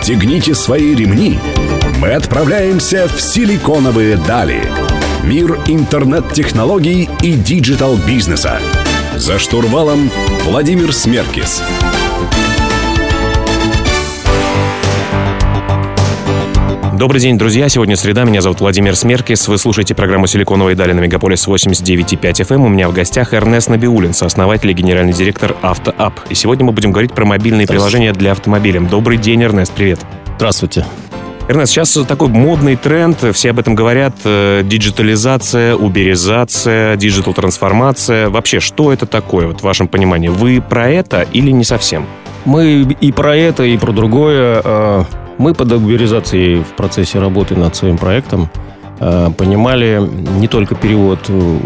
Пристегните свои ремни. Мы отправляемся в силиконовые дали. Мир интернет-технологий и диджитал-бизнеса. За штурвалом Владимир Смеркис. Добрый день, друзья. Сегодня среда. Меня зовут Владимир Смеркис. Вы слушаете программу «Силиконовые дали» на Мегаполис 89,5 FM. У меня в гостях Эрнест Набиуллин, сооснователь и генеральный директор AutoApp. И сегодня мы будем говорить про мобильные приложения для автомобиля. Добрый день, Эрнест. Привет. Здравствуйте. Эрнест, сейчас такой модный тренд, все об этом говорят, диджитализация, уберизация, диджитал-трансформация. Вообще, что это такое, вот в вашем понимании? Вы про это или не совсем? Мы и про это, и про другое. Мы под уберизацией в процессе работы над своим проектом понимали не только перевод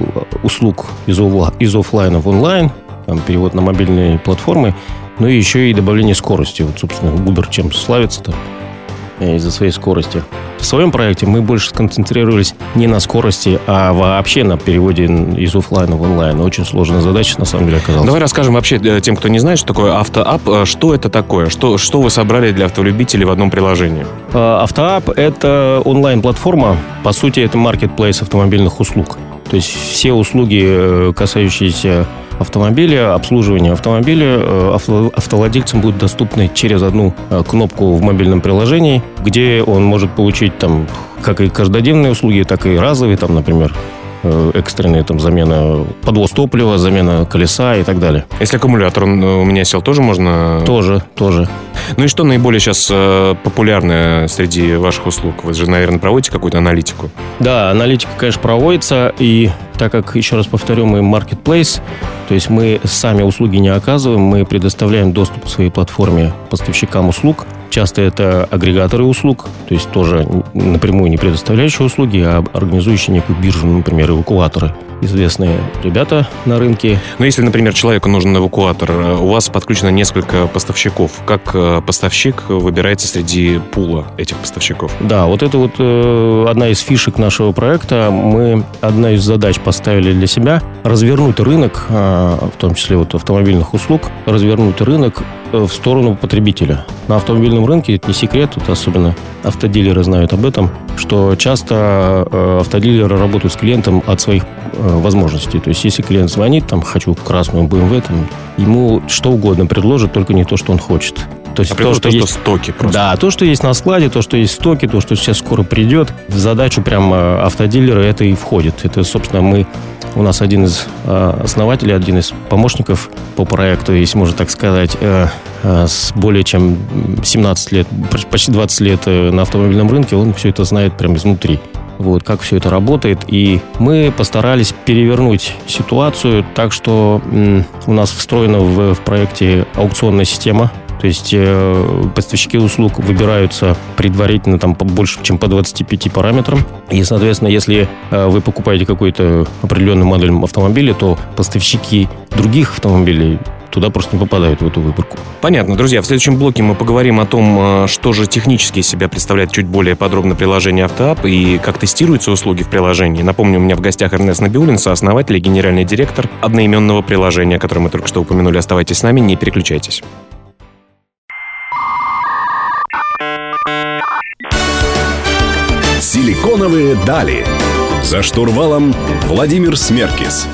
услуг из офлайна в онлайн, перевод на мобильные платформы, но еще и добавление скорости. Вот, собственно, Uber чем славится-то из-за своей скорости. В своем проекте мы больше сконцентрировались не на скорости, а вообще на переводе из офлайна в онлайн. Очень сложная задача, на самом деле, оказалась. Давай расскажем вообще тем, кто не знает, что такое AutoApp. Что это такое? Что вы собрали для автолюбителей в одном приложении? AutoApp — это онлайн-платформа. По сути, это маркетплейс автомобильных услуг. То есть все услуги, касающиеся автомобиля, обслуживания автомобиля, автовладельцам будут доступны через одну кнопку в мобильном приложении, где он может получить там как и каждодневные услуги, так и разовые, там, например, экстренная там замена подвоз топлива, замена колеса и так далее. Если аккумулятор у меня сел, тоже можно? Тоже. Ну и что наиболее сейчас популярное среди ваших услуг? Вы же, наверное, проводите какую-то аналитику? Да, аналитика, конечно, проводится. И так как, еще раз повторю, мы marketplace, то есть мы сами услуги не оказываем, мы предоставляем доступ к своей платформе поставщикам услуг. Часто это агрегаторы услуг, то есть тоже напрямую не предоставляющие услуги, а организующие некую биржу, например, эвакуаторы. Известные ребята на рынке. Но если, например, человеку нужен эвакуатор, у вас подключено несколько поставщиков. Как поставщик выбирается среди пула этих поставщиков? Да, вот это вот одна из фишек нашего проекта. Мы одна из задач поставили для себя развернуть рынок, в том числе вот автомобильных услуг, развернуть рынок в сторону потребителя. На автомобильном рынке, это не секрет, вот особенно автодилеры знают об этом, что часто автодилеры работают с клиентом от своих возможностей. То есть, если клиент звонит, там, хочу красную BMW, там, ему что угодно предложат, только не то, что он хочет. То есть то, что есть в стоке просто. Да, то, что есть на складе, то, что есть в стоке, то, что сейчас скоро придет. В задачу прям автодилера это и входит. Это, собственно, у нас один из основателей, один из помощников по проекту, если можно так сказать, с более чем 17 лет, почти 20 лет на автомобильном рынке, он все это знает прямо изнутри. Вот, как все это работает. И мы постарались перевернуть ситуацию так, что у нас встроена в проекте аукционная система. То есть поставщики услуг выбираются предварительно там больше, чем по 25 параметрам. И, соответственно, если вы покупаете какой-то определенный модель автомобиля, то поставщики других автомобилей туда просто не попадают, в эту выборку. Понятно. Друзья, в следующем блоке мы поговорим о том, что же технически из себя представляет чуть более подробно приложение AutoApp и как тестируются услуги в приложении. Напомню, у меня в гостях Эрнест Набиуллин, сооснователь и генеральный директор одноименного приложения, которое мы только что упомянули. Оставайтесь с нами, не переключайтесь. Силиконовые дали. За штурвалом Владимир Смеркис.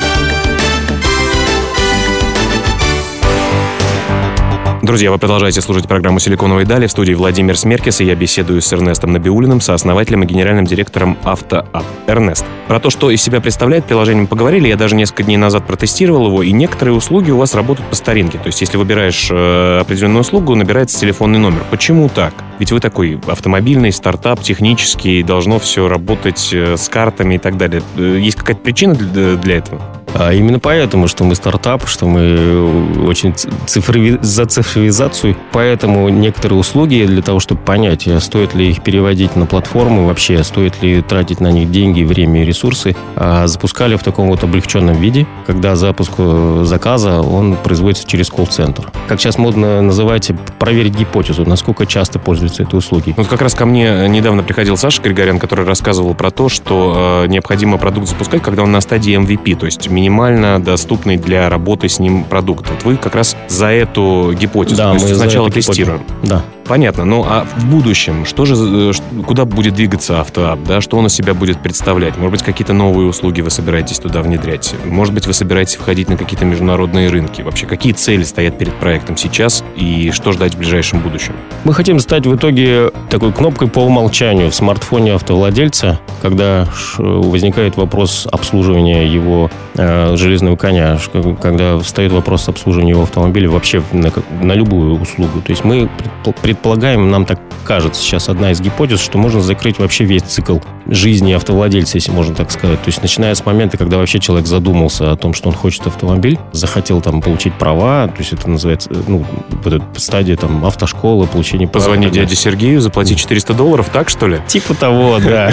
Друзья, вы продолжаете слушать программу «Силиконовые дали». В студии Владимир Смеркис, и я беседую с Эрнестом Набиуллиным, сооснователем и генеральным директором AutoApp. Эрнест, про то, что из себя представляет приложение, мы поговорили. Я даже несколько дней назад протестировал его, и некоторые услуги у вас работают по старинке. То есть, если выбираешь определенную услугу, набирается телефонный номер. Почему так? Ведь вы такой автомобильный стартап, технический, должно все работать с картами и так далее. Есть какая-то причина для этого? А именно поэтому, что мы стартап, что мы очень за цифровизацию. Поэтому некоторые услуги для того, чтобы понять, стоит ли их переводить на платформу, вообще стоит ли тратить на них деньги, время и ресурсы, запускали в таком вот облегченном виде, когда запуск заказа, он производится через колл-центр. Как сейчас модно называть, проверить гипотезу, насколько часто пользуются этой услугой. Вот как раз ко мне недавно приходил Саша Григорян, который рассказывал про то, что необходимо продукт запускать, когда он на стадии MVP, то есть минимально доступный для работы с ним продукт. Вот вы как раз за эту гипотезу. Да, то есть мы сначала тестируем. Да. Понятно. Ну, а в будущем, куда будет двигаться автоап, да? Что он из себя будет представлять? Может быть, какие-то новые услуги вы собираетесь туда внедрять? Может быть, вы собираетесь входить на какие-то международные рынки? Вообще, какие цели стоят перед проектом сейчас и что ждать в ближайшем будущем? Мы хотим стать в итоге такой кнопкой по умолчанию в смартфоне автовладельца, когда возникает вопрос обслуживания его железного коня, когда встает вопрос обслуживания его автомобиля вообще на любую услугу. То есть мы предполагаем, нам так кажется сейчас одна из гипотез, что можно закрыть вообще весь цикл жизни автовладельца, если можно так сказать. То есть начиная с момента, когда вообще человек задумался о том, что он хочет автомобиль, захотел там получить права, то есть это называется, вот эта стадия там автошколы, получение прав. Позвонить дяде Сергею, заплатить $400, так что ли? Типа того, да.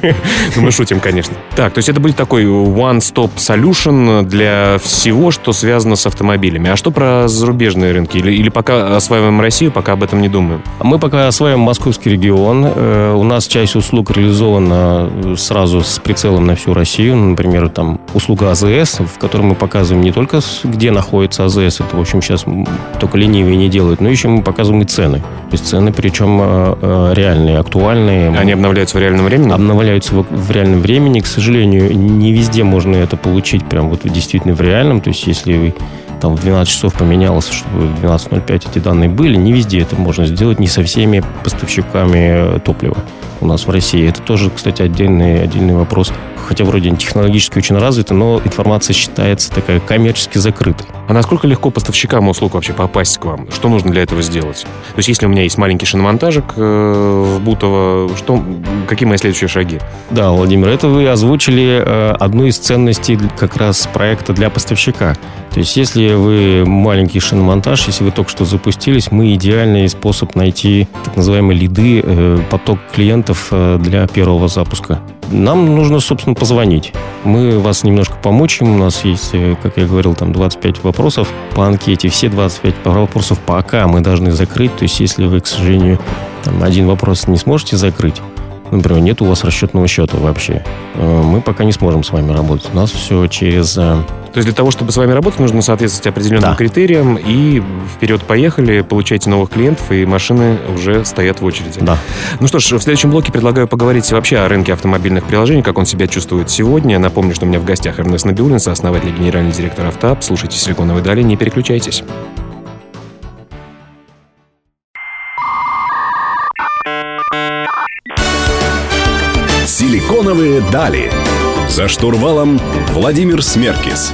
Мы шутим, конечно. Так, то есть это будет такой one-stop solution для всего, что связано с автомобилями. А что про зарубежные рынки? Или пока осваиваем Россию, пока об этом не думаем? Мы пока осваиваем московский регион. У нас часть услуг реализована сразу с прицелом на всю Россию. Например, там услуга АЗС, в которой мы показываем не только, где находится АЗС, это, в общем, сейчас только ленивые не делают, но еще мы показываем и цены. То есть цены, причем реальные, актуальные. Они обновляются в реальном времени? Обновляются в реальном времени. К сожалению, не везде можно это получить прям вот действительно в реальном. То есть если вы там в 12 часов поменялось, чтобы в 12:05 эти данные были, не везде это можно сделать, не со всеми поставщиками топлива у нас в России. Это тоже, кстати, отдельный вопрос. Хотя вроде технологически очень развито, но информация считается такая коммерчески закрытой. А насколько легко поставщикам услуг вообще попасть к вам? Что нужно для этого сделать? То есть если у меня есть маленький шиномонтажик в Бутово, какие мои следующие шаги? Да, Владимир, это вы озвучили одну из ценностей как раз проекта для поставщика. То есть если вы маленький шиномонтаж, если вы только что запустились, мы идеальный способ найти так называемые лиды, поток клиентов для первого запуска. Нам нужно, собственно, позвонить. Мы вас немножко помучим. У нас есть, как я говорил, там 25 вопросов по анкете. Все 25 вопросов пока мы должны закрыть. То есть если вы, к сожалению, там, один вопрос не сможете закрыть, например, нет у вас расчетного счета вообще, мы пока не сможем с вами работать. У нас все через... То есть для того, чтобы с вами работать, нужно соответствовать определенным критериям, и вперед поехали, получайте новых клиентов, и машины уже стоят в очереди. Да. Ну что ж, в следующем блоке предлагаю поговорить вообще о рынке автомобильных приложений, как он себя чувствует сегодня. Напомню, что у меня в гостях Эрнест Набиуллин, сооснователь и генеральный директор «Автоап». Слушайте «Силиконовые дали», не переключайтесь. «Силиконовые дали». За штурвалом Владимир Смеркис.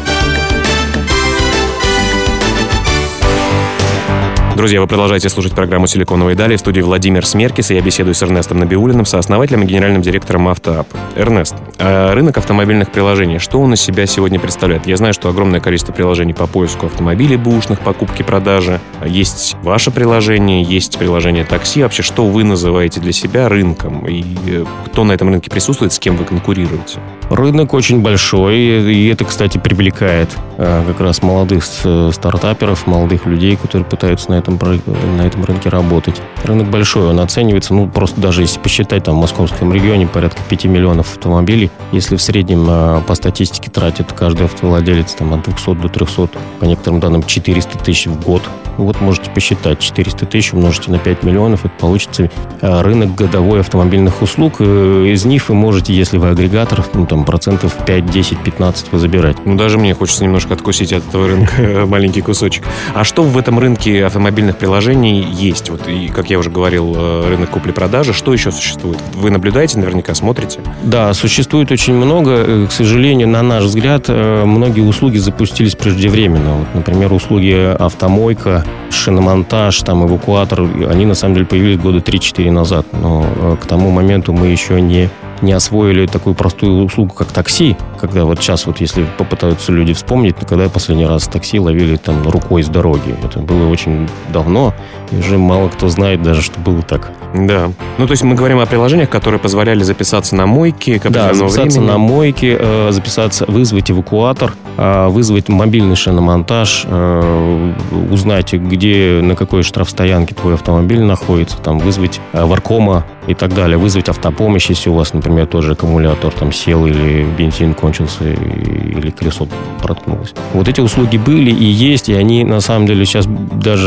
Друзья, вы продолжаете слушать программу «Силиконовые дали». В студии Владимир Смеркис, и я беседую с Эрнестом Набиуллиным, сооснователем и генеральным директором «Автоап». Эрнест, рынок автомобильных приложений, что он из себя сегодня представляет? Я знаю, что огромное количество приложений по поиску автомобилей бэушных, покупки, продажи. Есть ваше приложение, есть приложение такси. Вообще, что вы называете для себя рынком? И кто на этом рынке присутствует, с кем вы конкурируете? Рынок очень большой, и это, кстати, привлекает как раз молодых стартаперов, молодых людей, которые пытаются на этом рынке работать. Рынок большой, он оценивается, просто даже если посчитать, там в московском регионе порядка 5 миллионов автомобилей. Если в среднем по статистике тратит каждый автовладелец там, от 200 до 300, по некоторым данным 400 тысяч в год. Вот можете посчитать, 400 тысяч умножите на 5 миллионов, это получится рынок годовой автомобильных услуг. Из них вы можете, если вы агрегатор, процентов 5, 10, 15 вы забирать. Даже мне хочется немножко откусить от этого рынка маленький кусочек. А что в этом рынке автомобильных приложений есть? Вот, и, как я уже говорил, рынок купли-продажи. Что еще существует? Вы наблюдаете, наверняка смотрите? Да, существует очень много. К сожалению, на наш взгляд, многие услуги запустились преждевременно. Вот, например, услуги автомойка, шиномонтаж, эвакуатор, они на самом деле появились года 3-4 назад. Но к тому моменту мы еще не освоили такую простую услугу, как такси, когда вот сейчас, если попытаются люди вспомнить, когда последний раз такси ловили рукой с дороги. Это было очень давно, и уже мало кто знает даже, что было так. Да. То есть мы говорим о приложениях, которые позволяли записаться на мойке к определенному времени. Записаться на мойке, вызвать эвакуатор, вызвать мобильный шиномонтаж, узнать, на какой штрафстоянке твой автомобиль находится, вызвать варкома и так далее, вызвать автопомощь, если у вас, например, тоже аккумулятор сел или бензин кончился, или колесо проткнулось. Вот эти услуги были и есть, и они на самом деле сейчас даже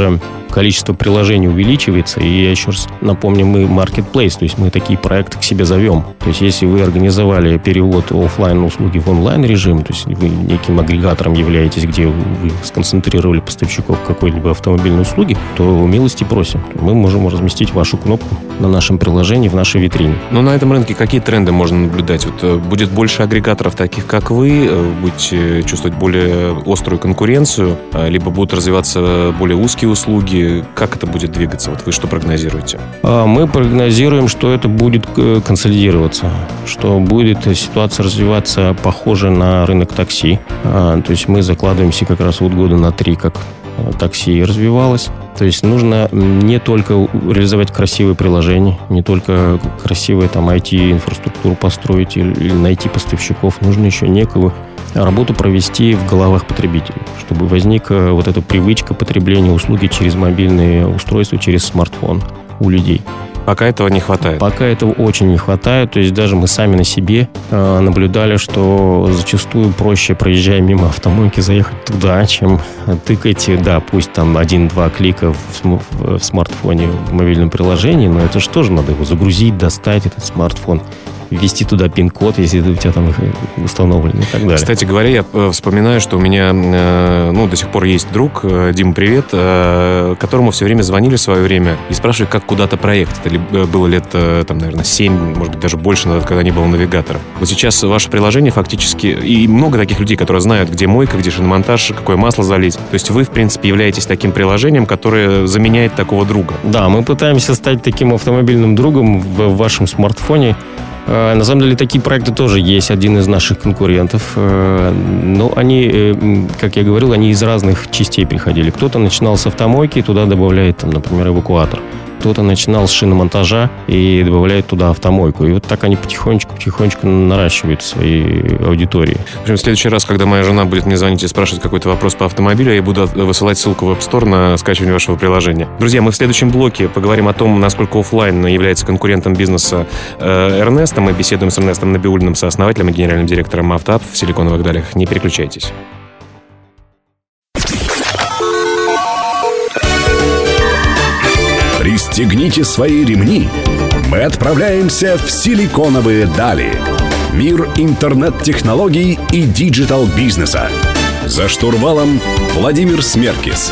количество приложений увеличивается. И я еще раз напомню, мы marketplace, то есть мы такие проекты к себе зовем. То есть если вы организовали перевод офлайн услуги в онлайн режим, то есть вы неким агрегатором являетесь, где вы сконцентрировали поставщиков какой-либо автомобильной услуги, то милости просим. Мы можем разместить вашу кнопку на нашем приложении в нашей витрине. Но на этом рынке какие тренды можно наблюдать? Вот будет больше агрегаторов, таких как вы, будете чувствовать более острую конкуренцию, либо будут развиваться более узкие услуги. Как это будет двигаться? Вот вы что прогнозируете? Мы прогнозируем, что это будет консолидироваться, что будет ситуация развиваться похоже на рынок такси. То есть мы закладываемся как раз вот года на 3, как такси развивалось. То есть нужно не только реализовать красивые приложения, не только красивые там IT-инфраструктуру построить или найти поставщиков, нужно еще некую работу провести в головах потребителей, чтобы возникла вот эта привычка потребления услуги через мобильные устройства, через смартфон у людей. Пока этого не хватает. Пока этого очень не хватает. То есть даже мы сами на себе наблюдали, что зачастую проще, проезжая мимо автомойки, заехать туда, чем тыкать, да, пусть там 1-2 клика в смартфоне, в мобильном приложении, но это же тоже надо его загрузить, достать, этот смартфон, ввести туда пин-код, если у тебя там установлен и так далее. Кстати говоря, я вспоминаю, что у меня до сих пор есть друг, Дима, привет, которому все время звонили в свое время и спрашивали, как куда-то проехать. Это было лет, там, наверное, 7, может быть, даже больше назад, когда не было навигаторов. Вот сейчас ваше приложение фактически... И много таких людей, которые знают, где мойка, где шиномонтаж, какое масло залить. То есть вы, в принципе, являетесь таким приложением, которое заменяет такого друга. Да, мы пытаемся стать таким автомобильным другом в вашем смартфоне. На самом деле такие проекты тоже есть, один из наших конкурентов. Но они, как я говорил, они из разных частей приходили. Кто-то начинал с автомойки, туда добавляет, там, например, эвакуатор. Кто-то начинал с шиномонтажа и добавляет туда автомойку. И вот так они потихонечку наращивают свои аудитории. В общем, в следующий раз, когда моя жена будет мне звонить и спрашивать какой-то вопрос по автомобилю, я буду высылать ссылку в App Store на скачивание вашего приложения. Друзья, мы в следующем блоке поговорим о том, насколько офлайн является конкурентом бизнеса Эрнеста. Мы беседуем с Эрнестом Набиуллиным, сооснователем и генеральным директором «Автоап» в Силиконовых Далях. Не переключайтесь. Пристегните свои ремни. Мы отправляемся в Силиконовые Дали. Мир интернет-технологий и диджитал-бизнеса. За штурвалом Владимир Смеркис.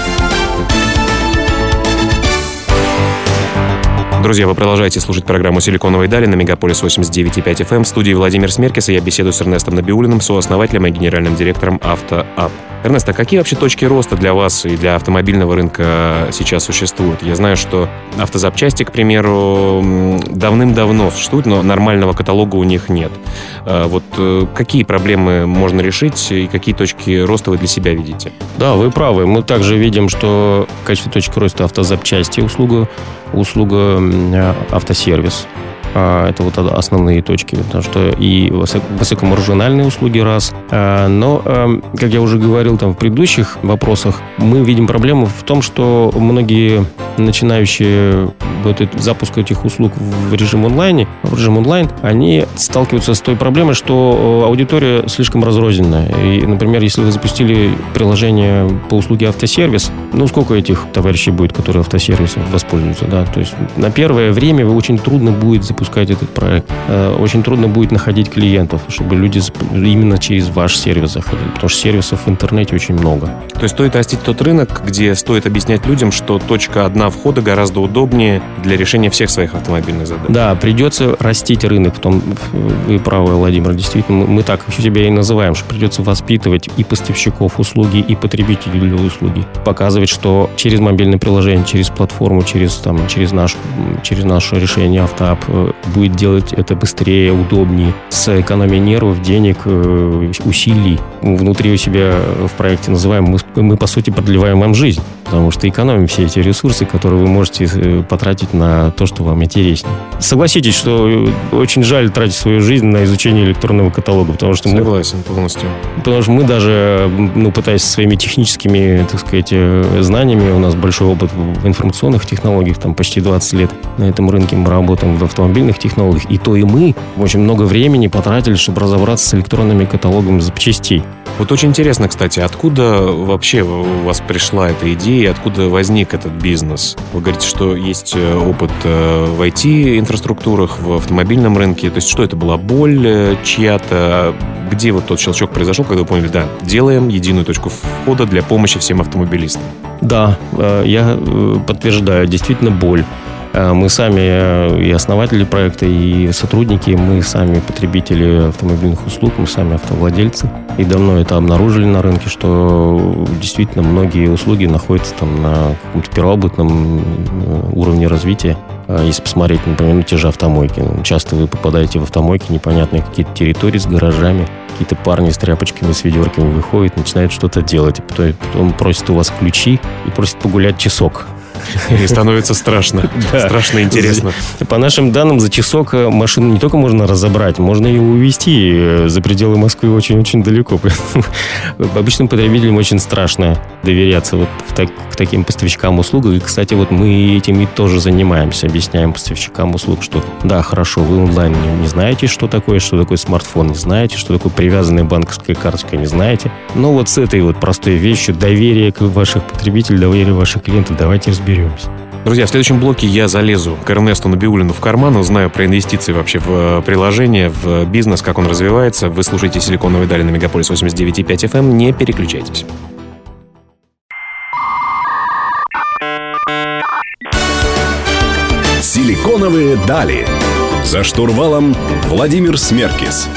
Друзья, вы продолжаете слушать программу «Силиконовые дали» на Мегаполис 89,5 FM. В студии Владимир Смеркис, и я беседую с Эрнестом Набиуллиным, сооснователем и генеральным директором «Автоап». Эрнест, а какие вообще точки роста для вас и для автомобильного рынка сейчас существуют? Я знаю, что автозапчасти, к примеру, давным-давно существуют, но нормального каталога у них нет. Вот какие проблемы можно решить и какие точки роста вы для себя видите? Да, вы правы. Мы также видим, что в качестве точки роста автозапчасти услуга автосервис. Это вот основные точки, потому что и высокомаржинальные услуги раз. Но, как я уже говорил там в предыдущих вопросах, мы видим проблему в том, что многие начинающие запуск этих услуг в режим онлайн, они сталкиваются с той проблемой, что аудитория слишком разрозненная. И, например, если вы запустили приложение по услуге автосервис, сколько этих товарищей будет, которые автосервисом воспользуются, да? То есть на первое время очень трудно будет запускать этот проект. Очень трудно будет находить клиентов, чтобы люди именно через ваш сервис заходили, потому что сервисов в интернете очень много. То есть стоит растить тот рынок, где стоит объяснять людям, что точка одна входа гораздо удобнее для решения всех своих автомобильных задач. Да, придется растить рынок. Вы правы, Владимир, действительно, мы так себя и называем, что придется воспитывать и поставщиков услуги, и потребителей услуги. Показывать, что через мобильное приложение, через платформу, через наше решение «Автоап» будет делать это быстрее, удобнее, с экономией нервов, денег, усилий. Внутри у себя в проекте называем, мы по сути продлеваем вам жизнь, потому что экономим все эти ресурсы, которые вы можете потратить на то, что вам интереснее. Согласитесь, что очень жаль тратить свою жизнь на изучение электронного каталога, потому что Согласен полностью. Потому что мы даже, пытаясь своими техническими, так сказать, знаниями, у нас большой опыт в информационных технологиях, там почти 20 лет на этом рынке мы работаем в автомобильных технологиях, и то и мы очень много времени потратили, чтобы разобраться с электронными каталогами запчастей. Вот очень интересно, кстати, откуда вообще у вас пришла эта идея идея, откуда возник этот бизнес? Вы говорите, что есть опыт в IT-инфраструктурах, в автомобильном рынке. То есть что это была? Боль чья-то? Где вот тот щелчок произошел, когда вы поняли, да, делаем единую точку входа для помощи всем автомобилистам? Да, я подтверждаю, действительно боль. Мы сами и основатели проекта, и сотрудники, мы сами потребители автомобильных услуг, мы сами автовладельцы. И давно это обнаружили на рынке, что действительно многие услуги находятся там на каком-то первобытном уровне развития. Если посмотреть, например, на те же автомойки. Часто вы попадаете в автомойки, непонятные какие-то территории с гаражами, какие-то парни с тряпочками, с ведерками выходят, начинают что-то делать. И потом просят у вас ключи и просят погулять часок. И становится страшно. Страшно интересно. По нашим данным, за часок машину не только можно разобрать, можно ее увезти за пределы Москвы очень-очень далеко. Обычным потребителям очень страшно доверяться вот к таким поставщикам услуг. И, кстати, вот мы этим тоже занимаемся. Объясняем поставщикам услуг, что да, хорошо, вы онлайн не знаете, что такое смартфон, не знаете, что такое привязанная банковская карточка, не знаете. Но вот с этой вот простой вещью доверие к ваших потребителей, доверие ваших клиентов, давайте разберемся. Друзья, в следующем блоке я залезу к Эрнесту Набиуллину в карман, узнаю про инвестиции вообще в приложение, в бизнес, как он развивается. Вы слушаете «Силиконовые дали» на Мегаполис 89.5 FM. Не переключайтесь. «Силиконовые дали». За штурвалом Владимир Смеркис.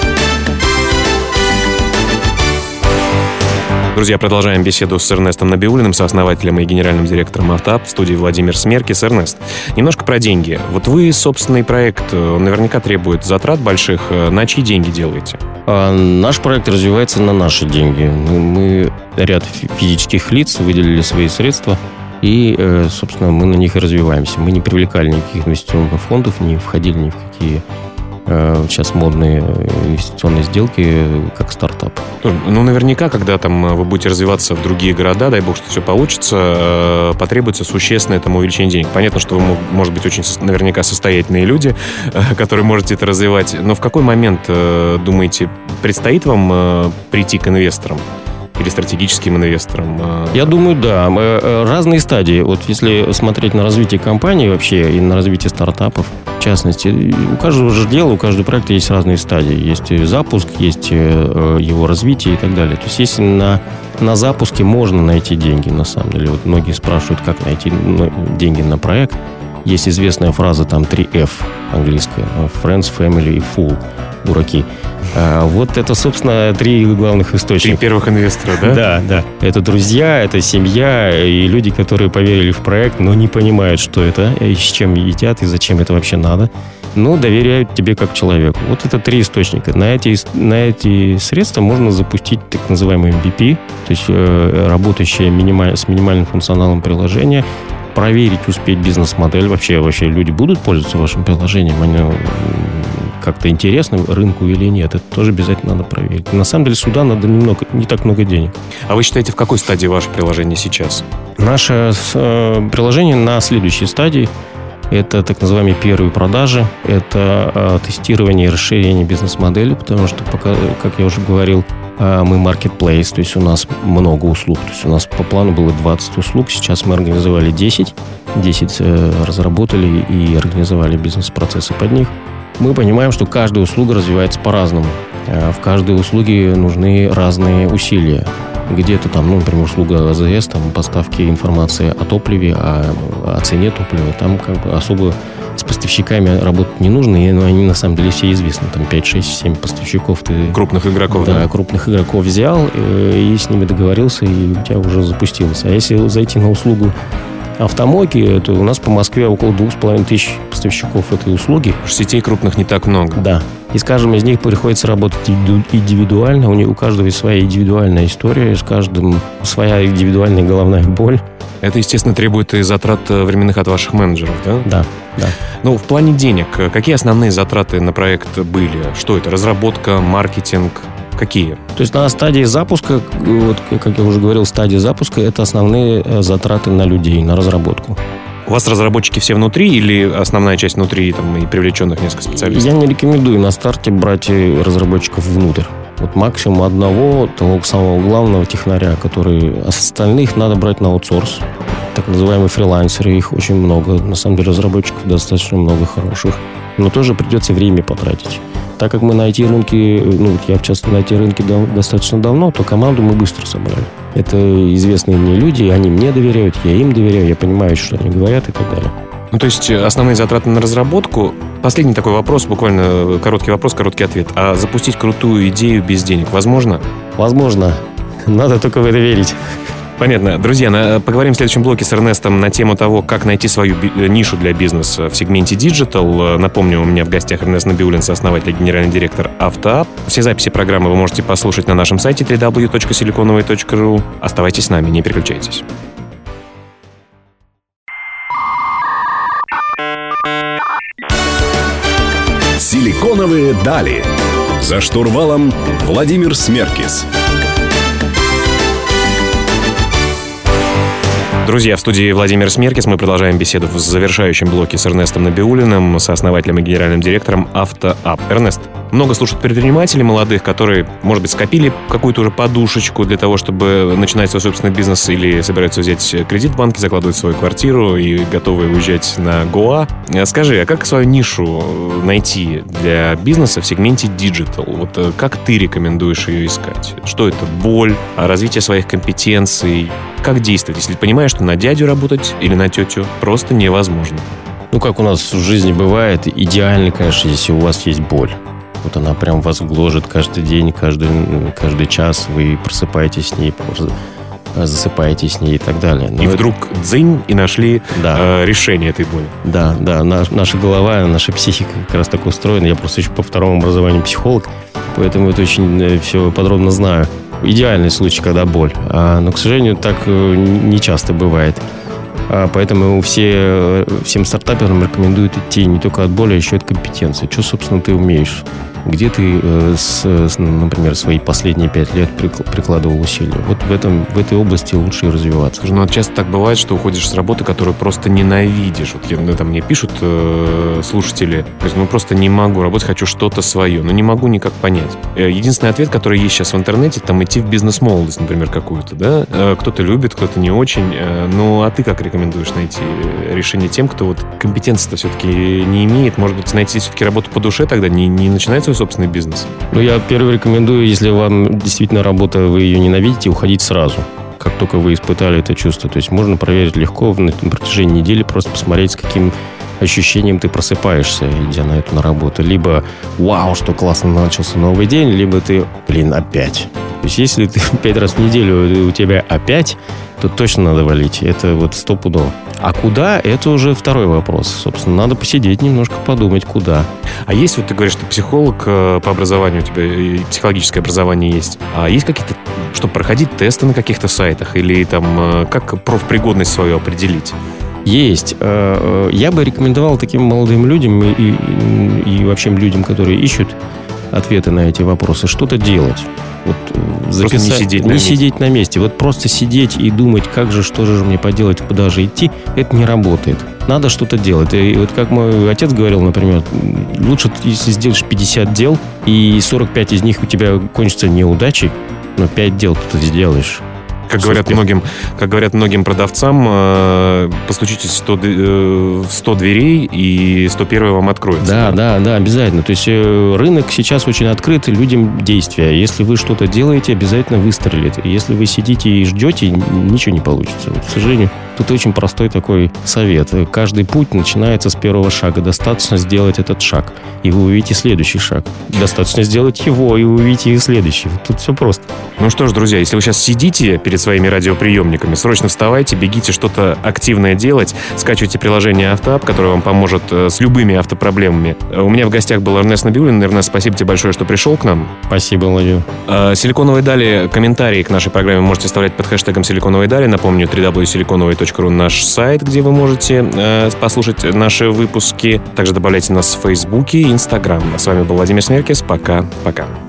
Друзья, продолжаем беседу с Эрнестом Набиуллиным, сооснователем и генеральным директором «Автоап», в студии Владимир Смеркис. Эрнест, немножко про деньги. Вот вы собственный проект, он наверняка требует затрат больших. На чьи деньги делаете? Наш проект развивается на наши деньги. Мы ряд физических лиц выделили свои средства, и, собственно, мы на них и развиваемся. Мы не привлекали никаких инвестиционных фондов, не входили ни в какие сейчас модные инвестиционные сделки, как стартап. Ну, наверняка, когда там вы будете развиваться в другие города, дай бог, что все получится, потребуется существенное там увеличение денег. Понятно, что вы, может быть, очень наверняка состоятельные люди, которые можете это развивать. Но в какой момент, думаете, предстоит вам прийти к инвесторам? Или стратегическим инвесторам? Я думаю, да. Разные стадии. Вот если смотреть на развитие компании вообще и на развитие стартапов, в частности, у каждого же дела, у каждого проекта есть разные стадии. Есть запуск, есть его развитие и так далее. То есть если на запуске можно найти деньги, на самом деле. Вот многие спрашивают, как найти деньги на проект. Есть известная фраза, там 3F английская. Friends, Family и Fool. Дураки. Вот это, собственно, 3 главных источника. 3 первых инвестора, да? Да. Это друзья, это семья и люди, которые поверили в проект, но не понимают, что это, и с чем едят, и зачем это вообще надо. Но доверяют тебе как человеку. Вот это 3 источника. На эти средства можно запустить так называемый MVP, то есть работающее с минимальным функционалом приложение, проверить, успеть бизнес-модель. Вообще люди будут пользоваться вашим приложением? Они как-то интересны рынку или нет? Это тоже обязательно надо проверить. На самом деле сюда надо не так много денег. А вы считаете, в какой стадии ваше приложение сейчас? Наше приложение на следующей стадии. Это так называемые первые продажи. Это тестирование и расширение бизнес-модели, потому что, пока, как я уже говорил, мы marketplace, то есть у нас много услуг. То есть у нас по плану было 20 услуг, сейчас мы организовали 10. 10 разработали и организовали бизнес-процессы под них. Мы понимаем, что каждая услуга развивается по-разному. В каждой услуге нужны разные усилия. Где-то там, например, услуга АЗС, там поставки информации о топливе, о цене топлива. Там как бы особо с поставщиками работать не нужно, но они на самом деле все известны. Там 5, 6, 7 поставщиков. Ты, крупных игроков. Да, крупных игроков взял и с ними договорился, и у тебя уже запустилось. А если зайти на услугу автомойки, то у нас по Москве около 2500 поставщиков этой услуги. Сетей крупных не так много. Да. И с каждым из них приходится работать индивидуально. У каждого есть своя индивидуальная история, с каждым своя индивидуальная головная боль. Это, естественно, требует и затрат временных от ваших менеджеров, да? Да. Ну, в плане денег, какие основные затраты на проект были? Что это? Разработка, маркетинг? Какие? То есть на стадии запуска, вот, как я уже говорил, стадия запуска – это основные затраты на людей, на разработку. У вас разработчики все внутри или основная часть внутри там, и привлеченных несколько специалистов? Я не рекомендую на старте брать разработчиков внутрь. Вот максимум одного, того самого главного технаря, который... Остальных надо брать на аутсорс. Так называемые фрилансеры, их очень много. На самом деле разработчиков достаточно много хороших. Но тоже придется время потратить. Так как мы на IT-рынке, я в частности на IT-рынке достаточно давно, то команду мы быстро собрали. Это известные мне люди, они мне доверяют, я им доверяю, я понимаю, что они говорят и так далее. То есть основные затраты на разработку. Последний такой вопрос, буквально короткий вопрос, короткий ответ. А запустить крутую идею без денег возможно? Возможно. Надо только в это верить. Понятно. Друзья, поговорим в следующем блоке с Эрнестом на тему того, как найти свою нишу для бизнеса в сегменте Digital. Напомню, у меня в гостях Эрнест Набиуллин, сооснователь и генеральный директор AutoApp. Все записи программы вы можете послушать на нашем сайте www.siliconovay.ru. Оставайтесь с нами, не переключайтесь. Силиконовые дали. За штурвалом Владимир Смеркис. Друзья, в студии Владимир Смеркис. Мы продолжаем беседу в завершающем блоке с Эрнестом Набиуллиным, сооснователем и генеральным директором AutoApp. Эрнест, много слушают предпринимателей молодых, которые, может быть, скопили какую-то уже подушечку для того, чтобы начинать свой собственный бизнес или собираются взять кредит в банке, закладывать свою квартиру и готовы уезжать на Гоа. Скажи, а как свою нишу найти для бизнеса в сегменте Digital? Вот как ты рекомендуешь ее искать? Что это? Боль, развитие своих компетенций? Как действовать, если понимаешь, что на дядю работать или на тетю просто невозможно? Как у нас в жизни бывает, идеально, конечно, если у вас есть боль. Вот она прям вас гложет каждый день, каждый час. Вы просыпаетесь с ней, засыпаете с ней и так далее. Но вдруг дзынь, и нашли решение этой боли. Да, наша голова, наша психика как раз так устроена. Я просто еще по второму образованию психолог, поэтому это очень все подробно знаю. Идеальный случай, когда боль. Но, к сожалению, так не часто бывает. Поэтому всем стартаперам рекомендуют идти не только от боли, а еще от компетенции. Что, собственно, ты умеешь? Где ты, например, свои последние 5 лет прикладывал усилия? Вот в этой области лучше и развиваться. Слушай, часто так бывает, что уходишь с работы, которую просто ненавидишь. Вот мне пишут слушатели, говорят, просто не могу работать, хочу что-то свое, но не могу никак понять. Единственный ответ, который есть сейчас в интернете, там идти в бизнес-молодость, например, какую-то, да? Кто-то любит, кто-то не очень. А ты как рекомендуешь найти решение тем, кто вот компетенции-то все-таки не имеет? Может быть, найти все-таки работу по душе тогда, не начинать свой собственный бизнес? Я первый рекомендую, если вам действительно работа, вы ее ненавидите, уходить сразу, как только вы испытали это чувство. То есть можно проверить легко на протяжении недели, просто посмотреть, с каким ощущением ты просыпаешься, идя на работу. Либо вау, что классно начался новый день, либо ты, опять. То есть если ты 5 раз в неделю у тебя опять, то точно надо валить. Это вот стопудово. А куда, это уже второй вопрос. Собственно, надо посидеть немножко, подумать, куда. А есть, ты говоришь, что психолог по образованию, у тебя и психологическое образование есть. А есть какие-то, чтобы проходить тесты на каких-то сайтах? Или как профпригодность свою определить? Есть. Я бы рекомендовал таким молодым людям и вообще людям, которые ищут ответы на эти вопросы, что-то делать. Записать, не сидеть на месте. Просто сидеть и думать, что же мне поделать, куда же идти, это не работает. Надо что-то делать. И как мой отец говорил, например, лучше, если сделаешь 50 дел, и 45 из них у тебя кончатся неудачей, но 5 дел ты сделаешь. Как говорят многим продавцам, постучитесь в 100 дверей, и 101 вам откроется. Да, обязательно. То есть рынок сейчас очень открыт, людям действия. Если вы что-то делаете, обязательно выстрелит. Если вы сидите и ждете, ничего не получится. К сожалению, тут очень простой такой совет. Каждый путь начинается с первого шага. Достаточно сделать этот шаг, и вы увидите следующий шаг. Достаточно сделать его, и вы увидите и следующий. Тут все просто. Что ж, друзья, если вы сейчас сидите перед своими радиоприемниками, срочно вставайте, бегите что-то активное делать, скачивайте приложение AutoApp, которое вам поможет с любыми автопроблемами. У меня в гостях был Эрнест Набиуллин. Эрнест, спасибо тебе большое, что пришел к нам. Спасибо, Владимир. Силиконовые дали. Комментарии к нашей программе можете оставлять под хэштегом Силиконовые дали. Напомню, www.siliconovay.ru наш сайт, где вы можете послушать наши выпуски. Также добавляйте нас в Фейсбуке и Инстаграм. С вами был Владимир Смеркис. Пока-пока.